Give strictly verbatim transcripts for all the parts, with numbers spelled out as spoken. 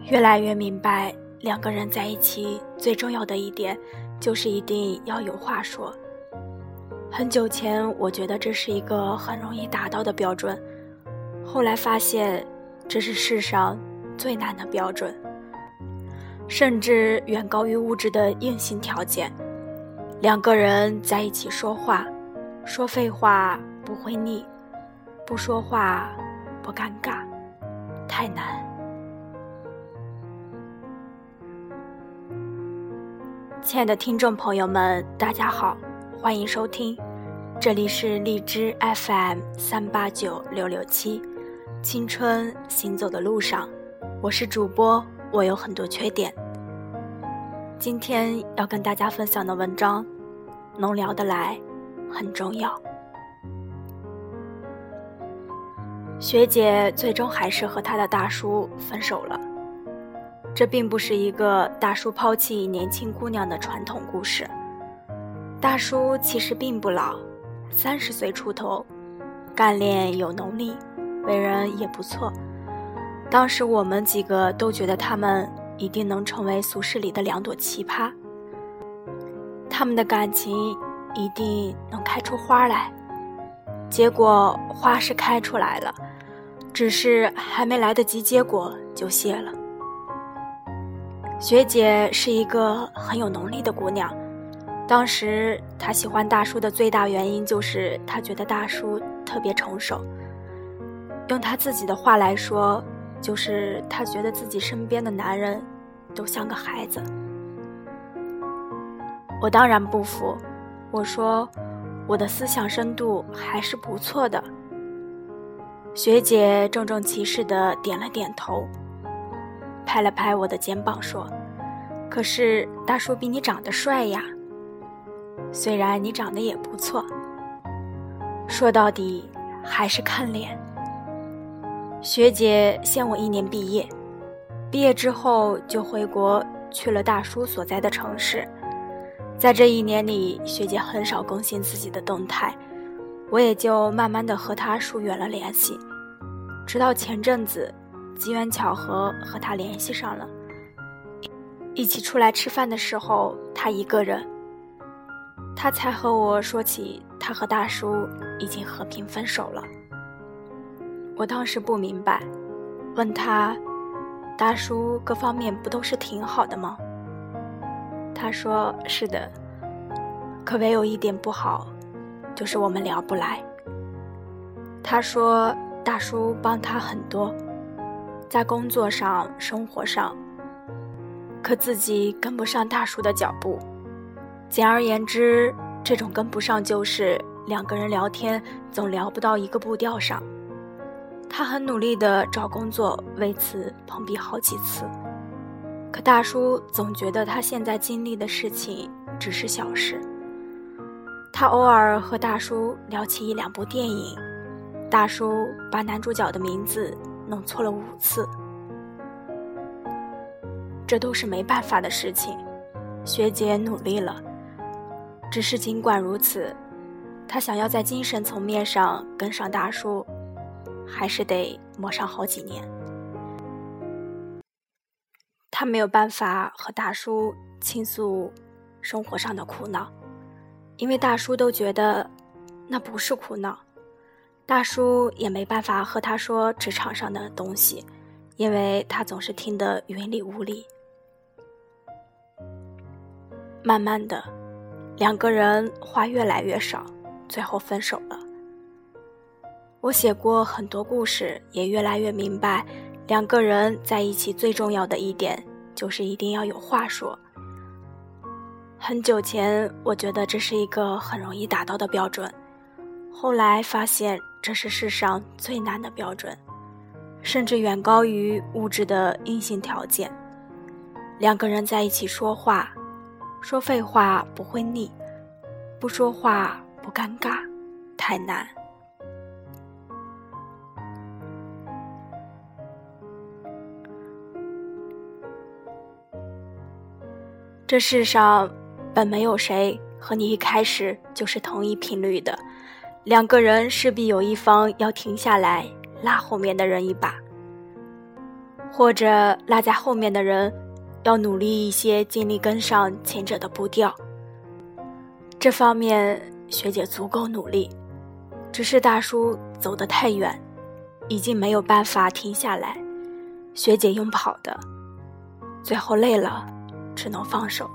越来越明白，两个人在一起最重要的一点就是一定要有话说。很久前我觉得这是一个很容易达到的标准，后来发现这是世上最难的标准，甚至远高于物质的硬性条件。两个人在一起说话，说废话不会腻，不说话不尴尬，太难。亲爱的听众朋友们，大家好，欢迎收听，这里是荔枝 F M 三八九六六七，青春行走的路上，我是主播，我有很多缺点。今天要跟大家分享的文章，能聊得来很重要。学姐最终还是和她的大叔分手了。这并不是一个大叔抛弃年轻姑娘的传统故事。大叔其实并不老，三十岁出头，干练有能力，为人也不错。当时我们几个都觉得他们一定能成为俗世里的两朵奇葩，他们的感情一定能开出花来。结果花是开出来了，只是还没来得及结果就谢了。学姐是一个很有能力的姑娘，当时她喜欢大叔的最大原因就是她觉得大叔特别成熟，用她自己的话来说，就是她觉得自己身边的男人都像个孩子。我当然不服，我说我的思想深度还是不错的。学姐郑重其事地点了点头，拍了拍我的肩膀说，可是大叔比你长得帅呀，虽然你长得也不错，说到底还是看脸。学姐先我一年毕业，毕业之后就回国去了大叔所在的城市。在这一年里，学姐很少更新自己的动态，我也就慢慢的和她疏远了联系，直到前阵子机缘巧合和她联系上了，一起出来吃饭的时候她一个人，她才和我说起她和大叔已经和平分手了。我当时不明白，问她大叔各方面不都是挺好的吗？她说是的，可唯有一点不好，就是我们聊不来。她说大叔帮她很多，在工作上生活上，可自己跟不上大叔的脚步。简而言之，这种跟不上就是两个人聊天总聊不到一个步调上。他很努力地找工作，为此碰壁好几次，可大叔总觉得他现在经历的事情只是小事。他偶尔和大叔聊起一两部电影，大叔把男主角的名字弄错了五次。这都是没办法的事情，学姐努力了，只是尽管如此，她想要在精神层面上跟上大叔，还是得磨上好几年。她没有办法和大叔倾诉生活上的苦恼，因为大叔都觉得那不是苦恼。大叔也没办法和他说职场上的东西，因为他总是听得云里雾里。慢慢的，两个人话越来越少，最后分手了。我写过很多故事，也越来越明白，两个人在一起最重要的一点就是一定要有话说。很久前我觉得这是一个很容易达到的标准，后来发现这是世上最难的标准，甚至远高于物质的硬性条件。两个人在一起说话，说废话不会腻，不说话不尴尬，太难。这世上本没有谁和你一开始就是同一频率的，两个人势必有一方要停下来拉后面的人一把。 或者拉在后面的人要努力一些，尽力跟上前者的步调。这方面学姐足够努力，只是大叔走得太远，已经没有办法停下来，学姐用跑的，最后累了只能放手。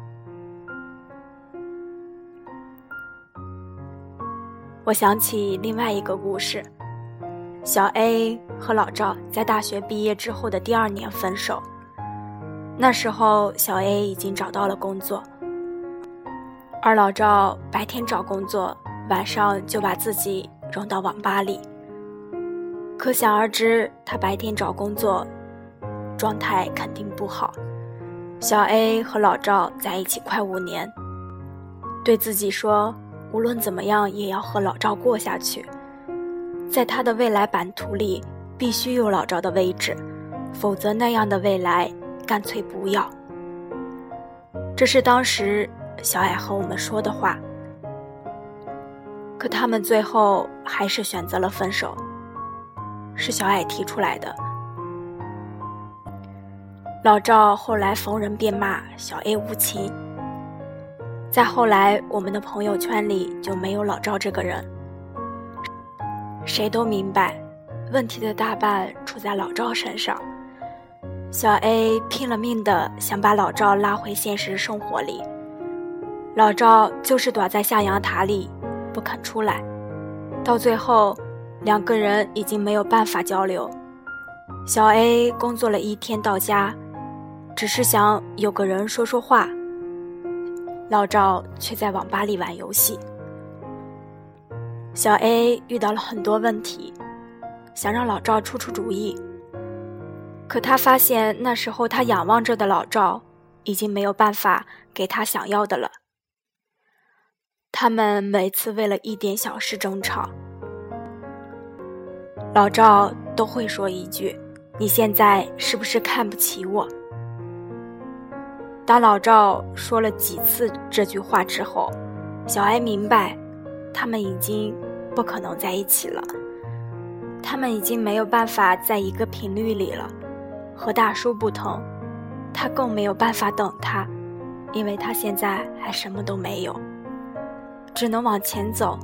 我想起另外一个故事，小 A 和老赵在大学毕业之后的第二年分手。那时候小 A 已经找到了工作，而老赵白天找工作，晚上就把自己扔到网吧里。可想而知，他白天找工作状态肯定不好。小 A 和老赵在一起快五年，对自己说无论怎么样也要和老赵过下去，在他的未来版图里必须有老赵的位置，否则那样的未来干脆不要。这是当时小矮和我们说的话，可他们最后还是选择了分手，是小矮提出来的。老赵后来逢人便骂小 A 无情，再后来我们的朋友圈里就没有老赵这个人。谁都明白问题的大半出在老赵身上，小 A 拼了命的想把老赵拉回现实生活里，老赵就是躲在象牙塔里不肯出来，到最后两个人已经没有办法交流。小 A 工作了一天到家，只是想有个人说说话，老赵却在网吧里玩游戏。小 A 遇到了很多问题，想让老赵出出主意，可他发现那时候他仰望着的老赵已经没有办法给他想要的了。他们每次为了一点小事争吵，老赵都会说一句：你现在是不是看不起我？当老赵说了几次这句话之后，小 A 明白他们已经不可能在一起了，他们已经没有办法在一个频率里了。和大叔不同，他更没有办法等他，因为他现在还什么都没有，只能往前走。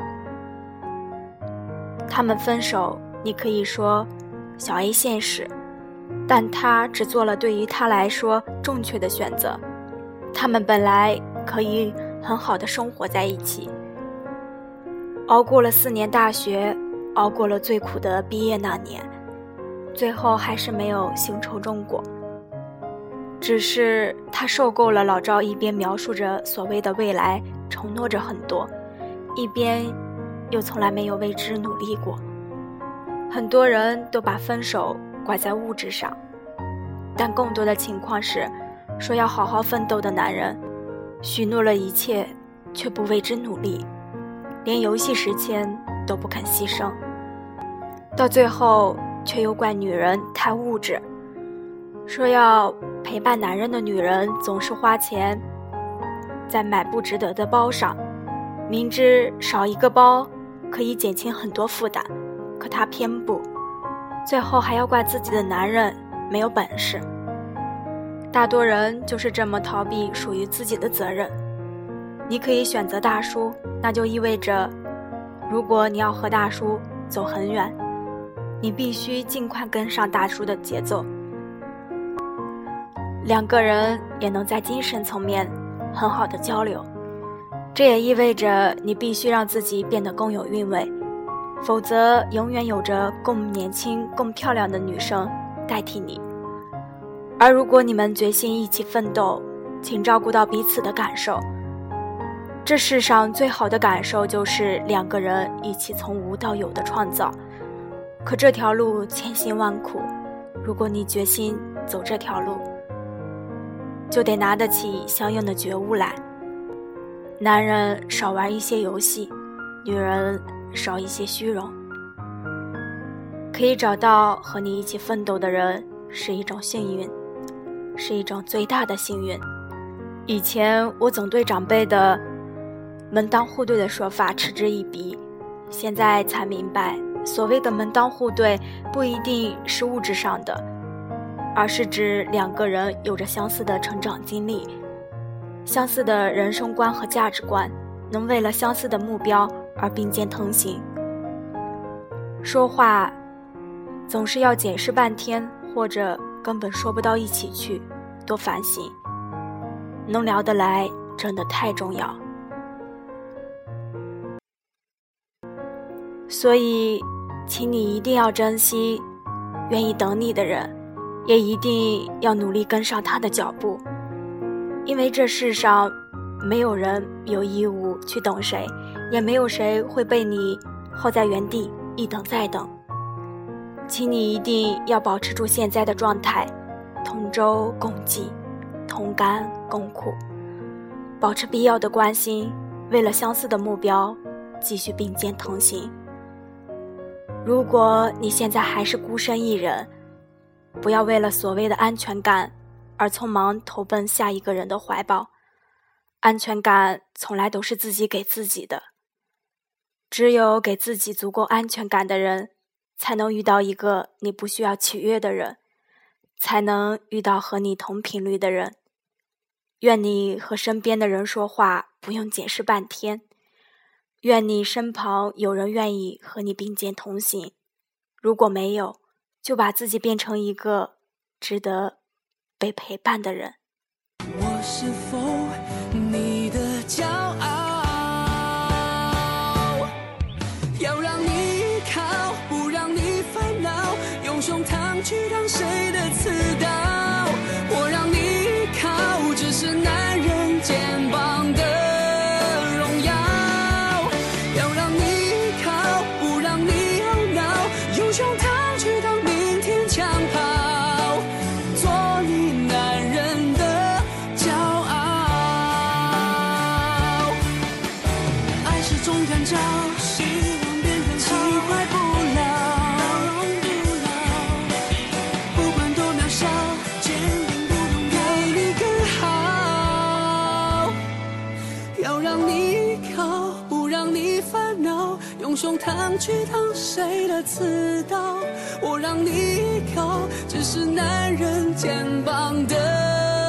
他们分手，你可以说小 A 现实，但他只做了对于他来说正确的选择。他们本来可以很好的生活在一起，熬过了四年大学，熬过了最苦的毕业那年，最后还是没有形成正果。只是他受够了老赵一边描述着所谓的未来，承诺着很多，一边又从来没有为之努力过。很多人都把分手挂在物质上，但更多的情况是，说要好好奋斗的男人，许诺了一切，却不为之努力，连游戏时间都不肯牺牲，到最后却又怪女人太物质。说要陪伴男人的女人总是花钱在买不值得的包上，明知少一个包可以减轻很多负担，可她偏不，最后还要怪自己的男人没有本事。大多人就是这么逃避属于自己的责任。你可以选择大叔，那就意味着如果你要和大叔走很远，你必须尽快跟上大叔的节奏，两个人也能在精神层面很好的交流。这也意味着你必须让自己变得更有韵味，否则永远有着更年轻更漂亮的女生代替你。而如果你们决心一起奋斗，请照顾到彼此的感受。这世上最好的感受就是两个人一起从无到有的创造，可这条路千辛万苦，如果你决心走这条路，就得拿得起相应的觉悟来。男人少玩一些游戏，女人少一些虚荣。可以找到和你一起奋斗的人是一种幸运，是一种最大的幸运。以前我总对长辈的门当户对的说法嗤之以鼻，现在才明白，所谓的门当户对不一定是物质上的， 而是指两个人有着相似的成长经历，相似的人生观和价值观，能为了相似的目标而并肩同行。说话总是要解释半天，或者根本说不到一起去，多烦心。能聊得来真的太重要。所以请你一定要珍惜愿意等你的人，也一定要努力跟上他的脚步，因为这世上没有人有义务去等谁，也没有谁会被你耗在原地一等再等。请你一定要保持住现在的状态，同舟共济，同甘共苦，保持必要的关心，为了相似的目标继续并肩同行。如果你现在还是孤身一人，不要为了所谓的安全感而匆忙投奔下一个人的怀抱，安全感从来都是自己给自己的，只有给自己足够安全感的人，才能遇到一个你不需要取悦的人，才能遇到和你同频率的人。愿你和身边的人说话不用解释半天，愿你身旁有人愿意和你并肩同行，如果没有，就把自己变成一个值得被陪伴的人。 我是否你的骄傲，要让你依靠，不让你烦恼，用胸膛去挡谁的刺刀。我让你依靠，只是男人肩膀的荣耀，要让你依靠，不让你懊恼，用胸膛去挡明天枪炮，做你男人的骄傲。爱是种感召，希望变成情怀不老，不管多渺小，坚定不动给你更好，要让你依靠，不让你烦恼，用胸膛去挡谁的刺刀。我让你依靠，只是男人肩膀的